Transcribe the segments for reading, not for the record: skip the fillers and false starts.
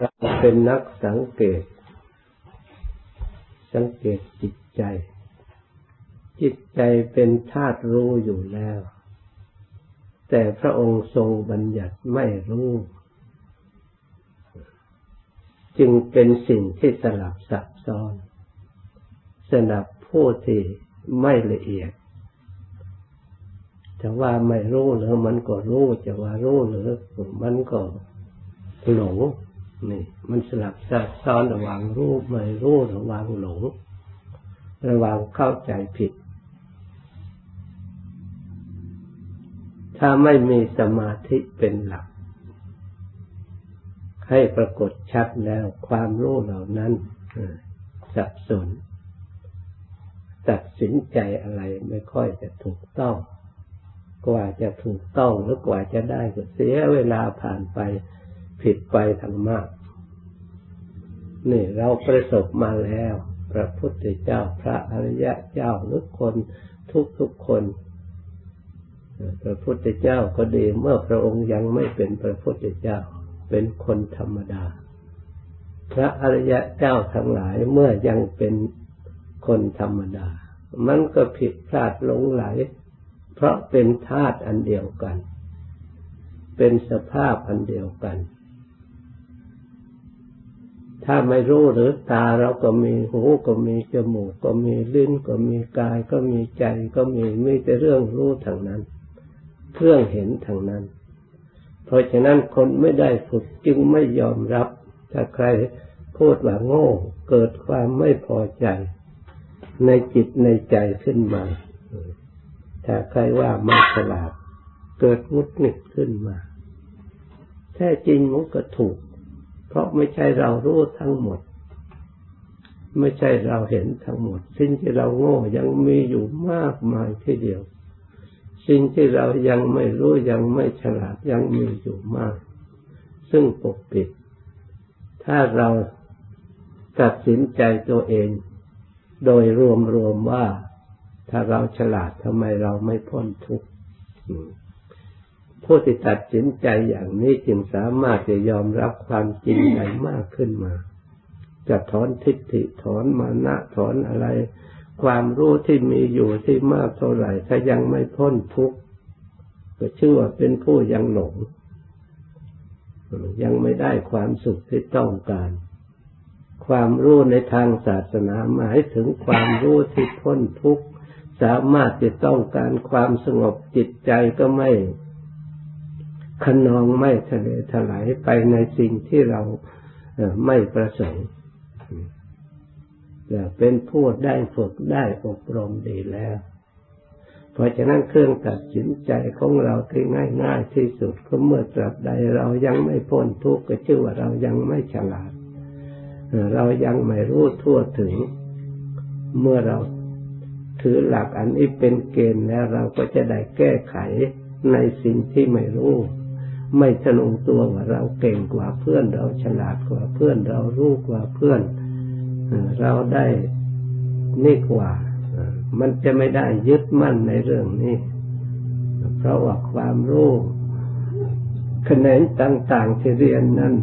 เราเป็นนักสังเกตจิตใจเป็นธาตุรู้อยู่แล้วแต่พระองค์ทรงบัญญัติไม่รู้จึงเป็นสิ่งที่สลับซับซ้อนสำหรับผู้ที่ไม่ละเอียดจะว่าไม่รู้หรือมันก็รู้จะว่ารู้หรือมันก็หลงนี่มันสลับซับซ้อนระหว่างรู้ไม่รู้ระหว่างหลงระหว่างเข้าใจผิดถ้าไม่มีสมาธิเป็นหลักให้ปรากฏชัดแล้วความรู้เหล่านั้นสับสนตัดสินใจอะไรไม่ค่อยจะถูกต้องกว่าจะถูกต้องหรือกว่าจะได้ก็เสียเวลาผ่านไปผิดไปทั้งมากนี่เราประสบมาแล้วพระพุทธเจ้าพระอริยเจ้าหรือคนทุกคนพระพุทธเจ้าก็ดีเมื่อพระองค์ยังไม่เป็นพระพุทธเจ้าเป็นคนธรรมดาพระอริยเจ้าทั้งหลายเมื่อยังเป็นคนธรรมดามันก็ผิดพลาดหลงไหลเพราะเป็นธาตุอันเดียวกันเป็นสภาพอันเดียวกันถ้าไม่รู้หรือตาเราก็มีหูก็มีจมูกก็มีลิ้นก็มีกายก็มีใจก็มีแต่เรื่องรู้ทั้งนั้นเครื่องเห็นทั้งนั้นเพราะฉะนั้นคนไม่ได้ฝึกจึงไม่ยอมรับถ้าใครพูดว่าโง่เกิดความไม่พอใจในจิตในใจขึ้นมาถ้าใครว่าไม่ฉลาดเกิดงุดหงิดขึ้นมาแท้จริงมันก็ถูกเพราะไม่ใช่เรารู้ทั้งหมดไม่ใช่เราเห็นทั้งหมดสิ่งที่เราโง่ยังมีอยู่มากมายทีเดียวสิ่งที่เรายังไม่รู้ยังไม่ฉลาดยังมีอยู่มากซึ่งปกปิดถ้าเราตัดสินใจตัวเองโดยรวมว่าถ้าเราฉลาดทำไมเราไม่พ้นทุกข์ผู้ที่ตัดสินใจอย่างนี้จึงสามารถจะยอมรับความจริงได้มากขึ้นมาจะถอนทิฏฐิถอนมานะถอนอะไรความรู้ที่มีอยู่ที่มากเท่าไหร่ถ้ายังไม่พ้นทุกข์ก็ชื่อว่าเป็นผู้ยังหลงยังไม่ได้ความสุขที่ต้องการความรู้ในทางศาสนาหมายถึงความรู้ที่พ้นทุกข์สามารถจะต้องการความสงบจิตใจก็ไม่ขนองไม่ทะเลถลายไปในสิ่งที่เราไม่ประสงค์เป็นผู้ได้ฝึกได้อบรมดีแล้วเพราะฉะนั้นเครื่องตัดสินใจของเราที่ง่ายๆที่สุดก็เมื่อตราบใดเรายังไม่พ้นทุกข์ก็ชื่อว่าเรายังไม่ฉลาดเรายังไม่รู้ทั่วถึงเมื่อเราถือหลักอันนี้เป็นเกณฑ์แล้วเราก็จะได้แก้ไขในสิ่งที่ไม่รู้ไม่ทะนงตัวว่าเราเก่งกว่าเพื่อนเราฉลาดกว่าเพื่อนเรารู้กว่าเพื่อนเราได้นี่กว่ามันจะไม่ได้ยึดมั่นในเรื่องนี้เพราะว่าความรู้แขนงต่างๆที่เรียนนั้น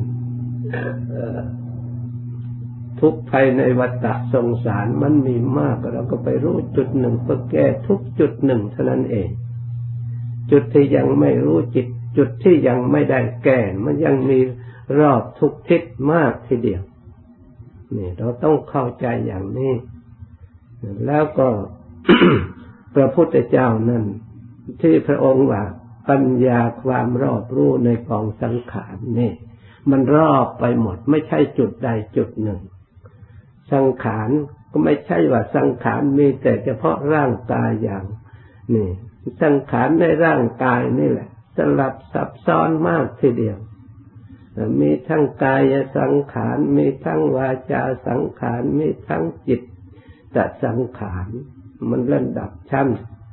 ทุกข์ภายในวัฏสงสารมันมีมากเราก็ไปรู้จุดหนึ่งเพื่อแก้ทุกจุดหนึ่งเท่านั้นเองจุดที่ยังไม่รู้จุดที่ยังไม่ได้แก้มันยังมีรอบทุกทิศมากทีเดียวนี่เราต้องเข้าใจอย่างนี้แล้วก็ พระพุทธเจ้านั้นที่พระองค์ว่าปัญญาความรอบรู้ในกองสังขารนี่มันรอบไปหมดไม่ใช่จุดใดจุดหนึ่งสังขารก็ไม่ใช่ว่าสังขารมีแต่เฉพาะร่างกายอย่างนี่สังขารในร่างกายนี่แหละสลับซับซ้อนมากทีเดียวมีทั้งกายสังขารมีทั้งวาจาสังขารมีทั้งจิตตสังขารมันระดับชั้น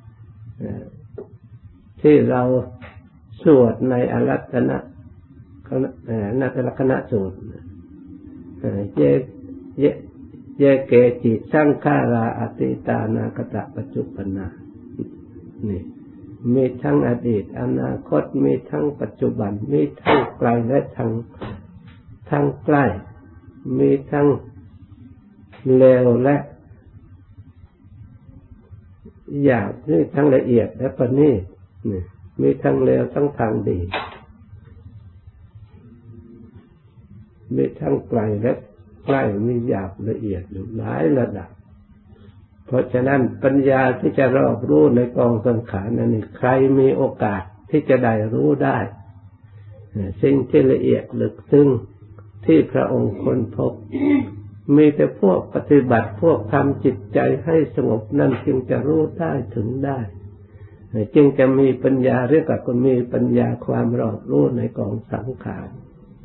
ที่เราสวดในอรัตตนะนัตตลกนะสูตรเยเกจิสังขาราอติตานาคตะปัจจุปนานี่มีทั้งอดีตอนาคตมีทั้งปัจจุบันมีทั้งไกลและทั้งทั้งใกล้มีทั้งเลวและหยาบนี่ทั้งละเอียดและประณีตมีทั้งเลวทั้งทางดีมีทั้งไกลและใกล้มีหยาบละเอียดหลายระดับเพราะฉะนั้นปัญญาที่จะรอบรู้ในกองสังขารนั้นใครมีโอกาสที่จะได้รู้ได้สิ่งที่ละเอียดลึกซึ้งที่พระองค์ค้นพบมีแต่พวกปฏิบัติพวกทำจิตใจให้สงบนั่นจึงจะรู้ได้ถึงได้จึงจะมีปัญญาเรียกว่ามีปัญญาความรอบรู้ในกองสังขาร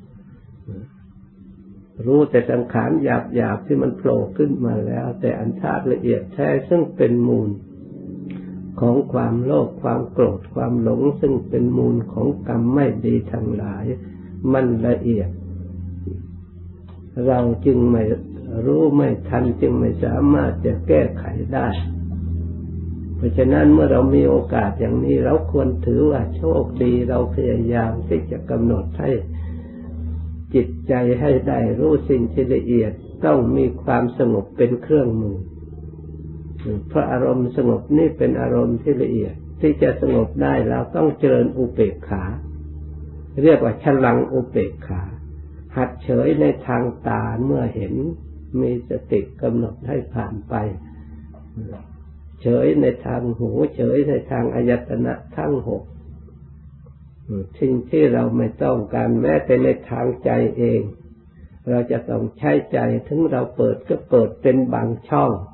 รู้แต่สังขารหยาบๆที่มันโผล่ขึ้นมาแล้วแต่อันธาตุละเอียดแท้ซึ่งเป็นมูลของความโลภความโกรธความหลงซึ่งเป็นมูลของกรรมไม่ดีทั้งหลายมันละเอียดเราจึงไม่รู้ไม่ทันจึงไม่สามารถจะแก้ไขได้เพราะฉะนั้นเมื่อเรามีโอกาสอย่างนี้เราควรถือว่าโชคดีเราพยายามที่จะกำหนดให้จิตใจให้ได้รู้สิ่งที่ละเอียดต้องมีความสงบเป็นเครื่องมือเพราะอารมณ์สงบนี่เป็นอารมณ์ที่ละเอียดที่จะสงบได้เราต้องเจริญอุเบกขาเรียกว่าฉลังอุเบกขาหัดเฉยในทางตาเมื่อเห็นมีสติกำหนดให้ผ่านไปเฉยในทางหูเฉยในทางอายตนะทั้งหกสิ่งที่เราไม่ต้องการแม้แต่ในทางใจเองเราจะต้องใช้ใจถึงเราเปิดก็เปิดเป็นบางช่อง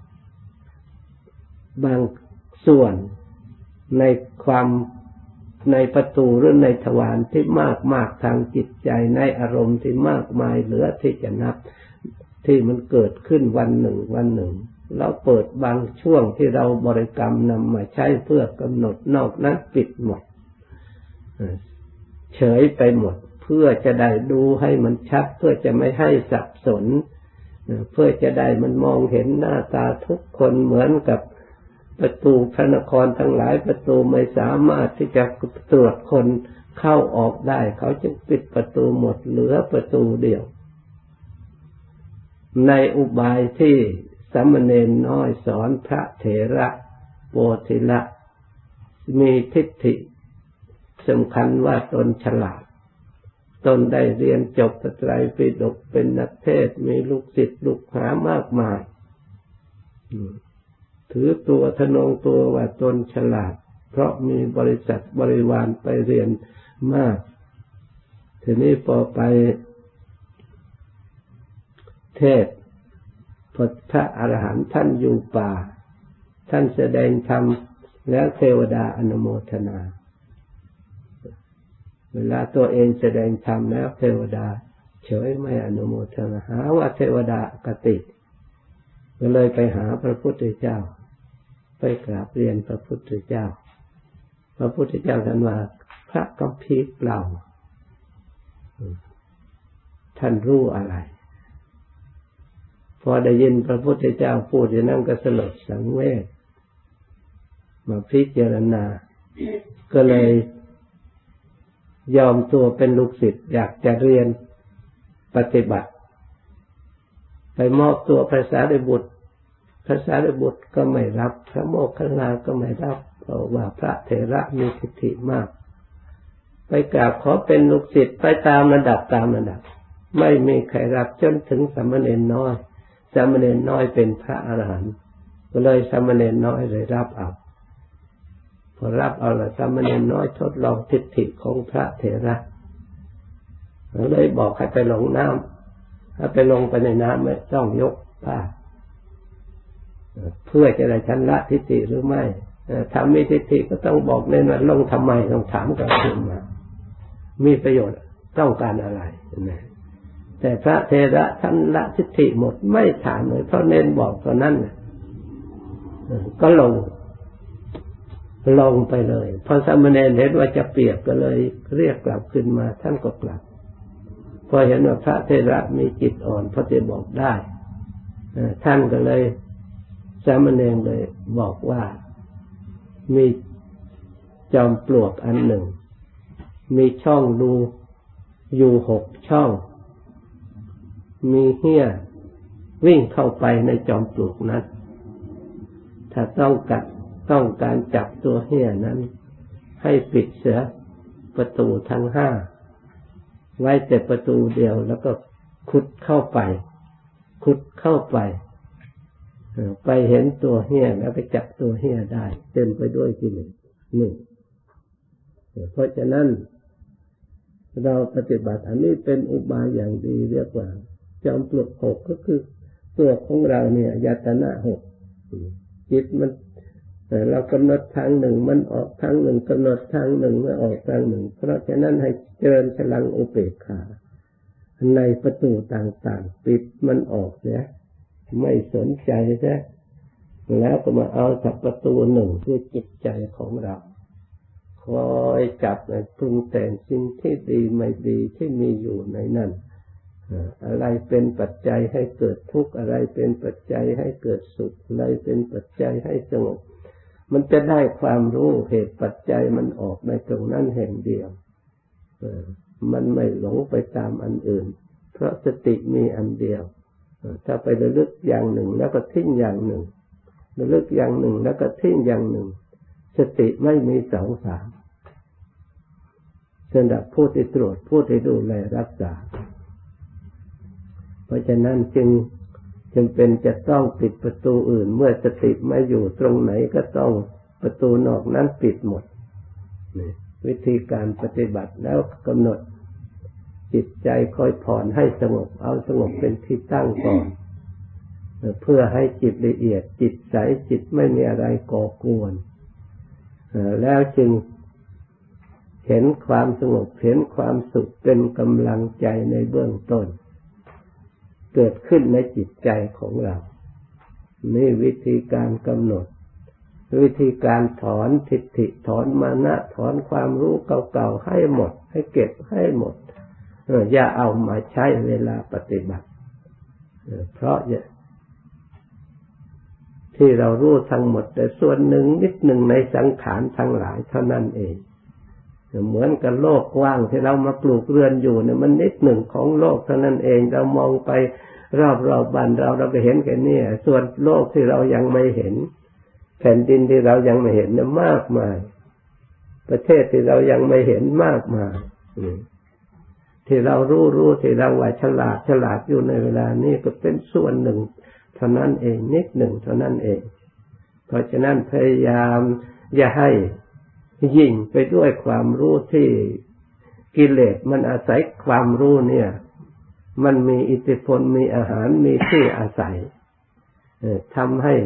บางส่วนในความในประตูหรือในทวารที่มากทางจิตใจในอารมณ์ที่มากมายเหลือที่จะนับที่มันเกิดขึ้นวันหนึ่งเราเปิดบางช่วงที่เราบริกรรมนำมาใช้เพื่อกำหนดนอกนั้นปิดหมดเฉยไปหมดเพื่อจะได้ดูให้มันชัดเพื่อจะไม่ให้สับสนเพื่อจะได้มันมองเห็นหน้าตาทุกคนเหมือนกับประตูพระนครทั้งหลายประตูไม่สามารถที่จะตรวจคนเข้าออกได้เขาจึงปิดประตูหมดเหลือประตูเดียวในอุบายที่สามเณรน้อยสอนพระเถระโพธิละมีทิฏฐิสำคัญว่าตนฉลาดตนได้เรียนจบพระไตรปิฎกเป็นนักเทศน์มีลูกศิษย์ลูกหามากมายถือตัวทะนงตัวว่าตนฉลาดเพราะมีบริษัทบริวารไปเรียนมากทีนี้พอไปเทศน์พระอรหันต์ท่านอยู่ป่าท่านแสดงธรรมแล้วเทวดาอนุโมทนาเวลาตัวเองแสดงธรรมแล้วเทวดาเฉยไม่อนุโมทนาหาว่าเทวดาอคติก็เลยไปหาพระพุทธเจ้าไปกราบเรียนพระพุทธเจ้าพระพุทธเจ้าท่านว่าพระกัมพีร์เปล่าท่านรู้อะไรพอได้ยินพระพุทธเจ้าพูดอย่างนั้นก็สลดสังเวชมาพิจารณาก็เลยยอมตัวเป็นลูกศิษย์อยากจะเรียนปฏิบัติไปมอบตัวพระสารีบุตรก็ไม่รับพระโมคคัลลาก็ไม่รับเพราะว่าพระเถระมีทิฏฐิมากไปกราบขอเป็นลูกศิษย์ไปตามระดับไม่มีใครรับจนถึงสามเณรน้อยสามเณรน้อยเป็นพระอรหันต์ก็เลยสามเณรน้อยเลยรับเอาพอรับเอาละสามเณรน้อยทดลองทิฏฐิของพระเถระเลยบอกให้ไปลงน้ำถ้าไปลงไปในน้ำไม่ต้องยกผ้าเพื่อจะได้ชำระทิฏฐิหรือไม่ถ้ามีทิฏฐิก็ต้องบอกเน้นว่าลงทำไมต้องถามกลับขึ้นมามีประโยชน์ต้องการอะไรนะแต่พระเถระท่านละทิฏฐิหมดไม่ถามเลยเพราะเน้นบอกเท่านั้นก็ลงไปเลยพอสามเณรเห็นว่าจะเปียกก็เลยเรียกกลับขึ้นมาท่านก็กลับพอเห็นว่าพระเถระมีจิตอ่อนพอจะบอกได้ท่านก็เลยสามเณรเลยบอกว่ามีจอมปลวกอันหนึ่งมีช่องรูอยู่6 ช่องมีเหี้ยวิ่งเข้าไปในจอมปลวกนั้นถ้าต้องการจับตัวเหี้ยนั้นให้ปิดเสียประตูทั้งห้าไว้แต่ประตูเดียวแล้วก็ขุดเข้าไปไปเห็นตัวเหี้ยแล้วไปจับตัวเหี้ยได้เต็มไปด้วยกิเลสหนึ่งเพราะฉะนั้นเราปฏิบัติอันนี้เป็นอุบายอย่างดีเรียกว่าจอมปลวกหกก็คือตัวของเราเนี่ยยตนะหกจิตมันเรากำหนดทางหนึ่งมันออกทางหนึ่งกำหนดทางหนึ่งมันออกทางหนึ่งเพราะฉะนั้นให้เจริญพลังอุเบกขาในประตูต่างๆปิดมันออกเนี่ยไม่สนใจใช่แล้วก็มาเอาจากประตูหนึ่งคือจิตใจของเราคอยจับปรุงแต่งสิ่งที่ดีไม่ดีที่มีอยู่ในนั้นอะไรเป็นปัจจัยให้เกิดทุกข์อะไรเป็นปัจจัยให้เกิดสุขอะไรเป็นปัจจัยให้สงบมันจะได้ความรู้เหตุปัจจัยมันออกในตรงนั้นแห่งเดียวมันไม่หลงไปตามอันอื่นเพราะสติมีอันเดียวถ้าไประลึกอย่างหนึ่งแล้วก็ทิ้งอย่างหนึ่งระลึกอย่างหนึ่งแล้วก็ทิ้งอย่างหนึ่งสติไม่มีสองสามสำหรับผู้ที่ตรวจผู้ที่ดูแลรักษาเพราะฉะนั้นจึงเป็นจะต้องปิดประตูอื่นเมื่อสติไม่อยู่ตรงไหนก็ต้องประตูนอกนั้นปิดหมดวิธีการปฏิบัติแล้วกำหนดจิตใจค่อยผ่อนให้สงบเอาสงบเป็นที่ตั้งก่อนเพื่อให้จิตละเอียดจิตใสจิตไม่มีอะไรก่อกวนแล้วจึงเห็นความสงบเห็นความสุขเป็นกำลังใจในเบื้องต้นเกิดขึ้นในจิตใจของเรานี่วิธีการกำหนดวิธีการถอนทิฏฐิถอนมานะถอนความรู้เก่าๆให้หมดให้เก็บให้หมดอย่าเอามาใช้เวลาปฏิบัติเพราะที่เรารู้ทั้งหมดแต่ส่วนหนึ่งนิดหนึ่งในสังขารทั้งหลายเท่านั้นเองเหมือนกับโลกกว้างที่เรามาปลูกเรือนอยู่เนี่ยมันนิดหนึ่งของโลกเท่านั้นเองเรามองไปรอบๆบ้านเราก็เห็นแค่นี้ส่วนโลกที่เรายังไม่เห็นแผ่นดินที่เรายังไม่เห็นเนี่ยมากมายประเทศที่เรายังไม่เห็นมากมายที่เรารู้ที่เราว่าฉลาดอยู่ในเวลานี้ก็เป็นส่วนหนึ่งเท่านั้นเองนิดหนึ่งเท่านั้นเองเพราะฉะนั้นพยายามอย่าให้ยิ่งไปด้วยความรู้ที่กิเลสมันอาศัยความรู้เนี่ยมันมีอิทธิพลมีอาหารมีที่อาศัยทำให้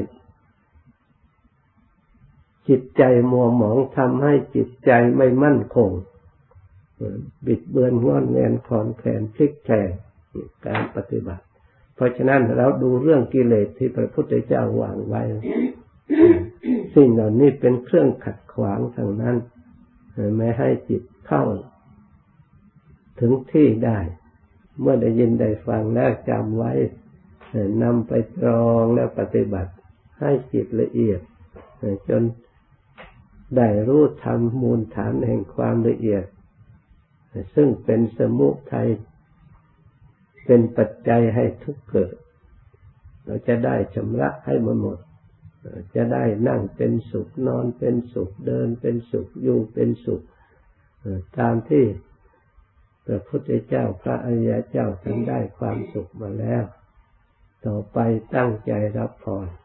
จิตใจมัวหมองทำให้จิตใจไม่มั่นคงบิดเบือนงอนแงนคลอนแคลนพลิกแพลงการปฏิบัติเพราะฉะนั้นเราดูเรื่องกิเลสที่พระพุทธเจ้าวางไว้สิ่งเหล่านี้เป็นเครื่องขัดขวางทางนั้นไม่ให้จิตเข้าถึงที่ได้เมื่อได้ยินได้ฟังแล้วจำไว้นำไปตรองแล้วปฏิบัติให้จิตละเอียดจนได้รู้ธรรมมูลฐานแห่งความละเอียดซึ่งเป็นสมุทัยเป็นปัจจัยให้ทุกข์เกิดเราจะได้ชำระให้มันหมดจะได้นั่งเป็นสุขนอนเป็นสุขเดินเป็นสุขอยู่เป็นสุขตามที่พระพุทธเจ้าพระอริยเจ้าท่านได้ความสุขมาแล้วต่อไปตั้งใจรับพร